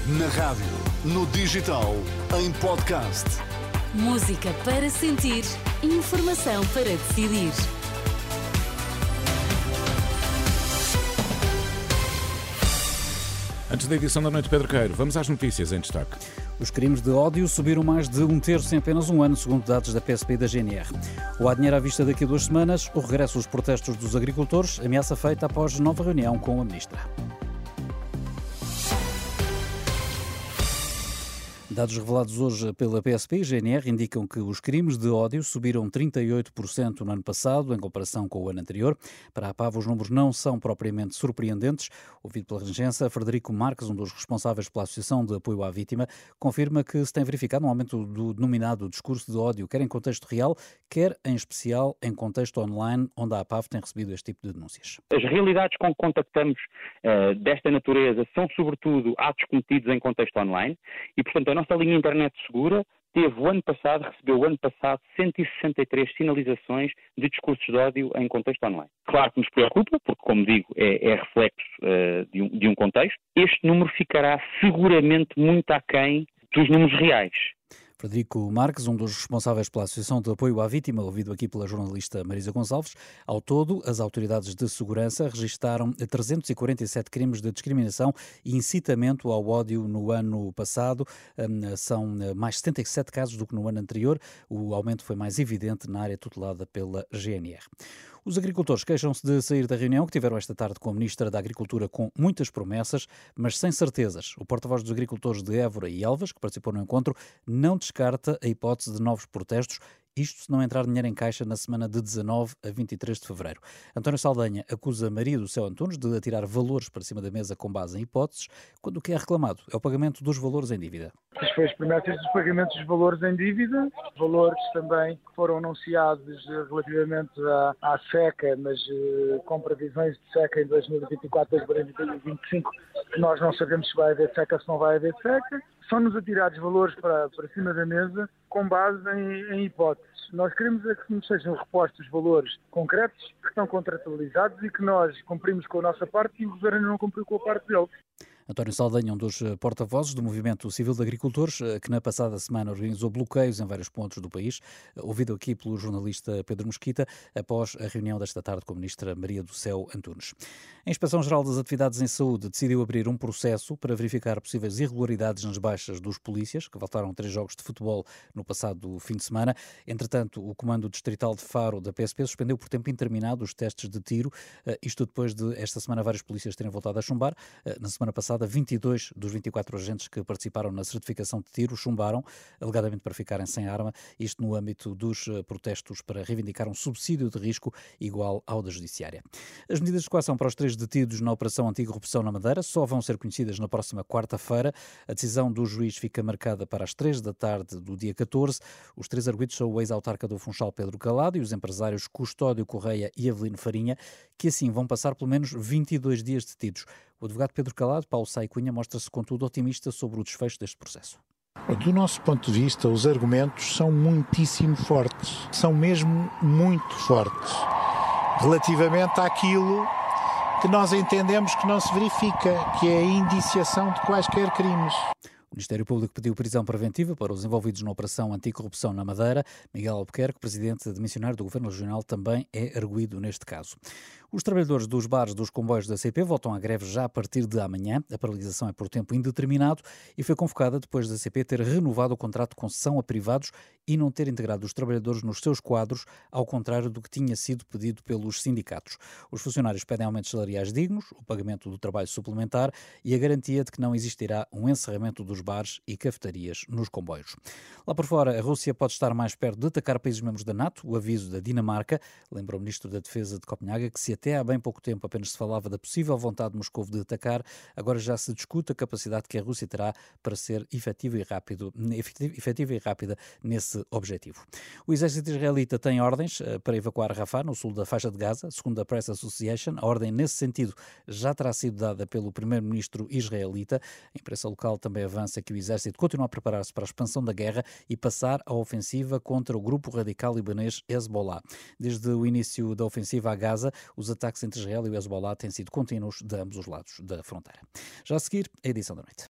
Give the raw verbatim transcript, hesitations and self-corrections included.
Na rádio, no digital, em podcast. Música para sentir, informação para decidir. Antes da edição da noite, Pedro Queiro, vamos às notícias em destaque. Os crimes de ódio subiram mais de um terço em apenas um ano, segundo dados da P S P e da G N R. O há dinheiro à vista daqui a duas semanas, o regresso dos protestos dos agricultores, ameaça feita após nova reunião com a ministra. Dados revelados hoje pela P S P e G N R indicam que os crimes de ódio subiram trinta e oito por cento no ano passado, em comparação com o ano anterior. Para a P A V, os números não são propriamente surpreendentes. Ouvido pela Renascença, Frederico Marques, um dos responsáveis pela Associação de Apoio à Vítima, confirma que se tem verificado um aumento do denominado discurso de ódio, quer em contexto real, quer, em especial, em contexto online, onde a P A V tem recebido este tipo de denúncias. As realidades com que contactamos uh, desta natureza são, sobretudo, atos cometidos em contexto online e, portanto, a nossa linha Internet Segura teve o ano passado, recebeu o ano passado cento e sessenta e três sinalizações de discursos de ódio em contexto online. Claro que nos preocupa, porque, como digo, é, é reflexo uh, de, um, de um contexto. Este número ficará seguramente muito aquém dos números reais. Frederico Marques, um dos responsáveis pela Associação de Apoio à Vítima, ouvido aqui pela jornalista Marisa Gonçalves. Ao todo, as autoridades de segurança registaram trezentos e quarenta e sete crimes de discriminação e incitamento ao ódio no ano passado. São mais setenta e sete casos do que no ano anterior. O aumento foi mais evidente na área tutelada pela G N R. Os agricultores queixam-se de sair da reunião que tiveram esta tarde com a Ministra da Agricultura com muitas promessas, mas sem certezas. O porta-voz dos agricultores de Évora e Elvas, que participou no encontro, não descarta a hipótese de novos protestos, isto se não entrar dinheiro em caixa na semana de dezanove a vinte e três de fevereiro. António Saldanha acusa Maria do Céu Antunes de atirar valores para cima da mesa com base em hipóteses, quando o que é reclamado é o pagamento dos valores em dívida. As foi as promessas dos pagamentos dos valores em dívida, valores também que foram anunciados relativamente à, à seca, mas uh, com previsões de seca em dois mil e vinte e quatro, dois mil e vinte e cinco, que nós não sabemos se vai haver seca ou se não vai haver seca. São-nos atirados valores para, para cima da mesa com base em, em hipóteses. Nós queremos é que nos sejam repostos valores concretos que estão contratualizados e que nós cumprimos com a nossa parte e o Governo não cumpriu com a parte deles. António Saldanha, um dos porta-vozes do Movimento Civil de Agricultores, que na passada semana organizou bloqueios em vários pontos do país, ouvido aqui pelo jornalista Pedro Mesquita, após a reunião desta tarde com a ministra Maria do Céu Antunes. A Inspeção-Geral das Atividades em Saúde decidiu abrir um processo para verificar possíveis irregularidades nas baixas dos polícias, que voltaram a três jogos de futebol no passado fim de semana. Entretanto, o Comando Distrital de Faro da P S P suspendeu por tempo interminado os testes de tiro, isto depois de esta semana vários polícias terem voltado a chumbar. Na semana passada, vinte e dois dos vinte e quatro agentes que participaram na certificação de tiro chumbaram, alegadamente para ficarem sem arma, isto no âmbito dos protestos para reivindicar um subsídio de risco igual ao da Judiciária. As medidas de coação para os três detidos na Operação Anticorrupção na Madeira só vão ser conhecidas na próxima quarta-feira. A decisão do juiz fica marcada para as três da tarde do dia catorze. Os três arguidos são o ex-autarca do Funchal Pedro Calado e os empresários Custódio Correia e Avelino Farinha, que assim vão passar pelo menos vinte e dois dias detidos. O advogado Pedro Calado, Paulo Sá e Cunha, mostra-se, contudo, otimista sobre o desfecho deste processo. Do nosso ponto de vista, os argumentos são muitíssimo fortes, são mesmo muito fortes, relativamente àquilo que nós entendemos que não se verifica, que é a indiciação de quaisquer crimes. O Ministério Público pediu prisão preventiva para os envolvidos na Operação Anticorrupção na Madeira. Miguel Albuquerque, presidente de missionário do Governo Regional, também é arguido neste caso. Os trabalhadores dos bares dos comboios da C P voltam à greve já a partir de amanhã. A paralisação é por tempo indeterminado e foi convocada depois da C P ter renovado o contrato de concessão a privados e não ter integrado os trabalhadores nos seus quadros, ao contrário do que tinha sido pedido pelos sindicatos. Os funcionários pedem aumentos salariais dignos, o pagamento do trabalho suplementar e a garantia de que não existirá um encerramento dos bares e cafetarias nos comboios. Lá por fora, a Rússia pode estar mais perto de atacar países membros da NATO, o aviso da Dinamarca. Lembra o Ministro da Defesa de Copenhaga que se até há bem pouco tempo apenas se falava da possível vontade de Moscou de atacar, agora já se discute a capacidade que a Rússia terá para ser efetiva e, rápido, efetiva e rápida nesse objetivo. O exército israelita tem ordens para evacuar Rafah, no sul da faixa de Gaza, segundo a Press Association. A ordem nesse sentido já terá sido dada pelo primeiro-ministro israelita. A imprensa local também avança que o exército continua a preparar-se para a expansão da guerra e passar à ofensiva contra o grupo radical libanês Hezbollah. Desde o início da ofensiva a Gaza, os ataques entre Israel e o Hezbollah têm sido contínuos de ambos os lados da fronteira. Já a seguir, a edição da noite.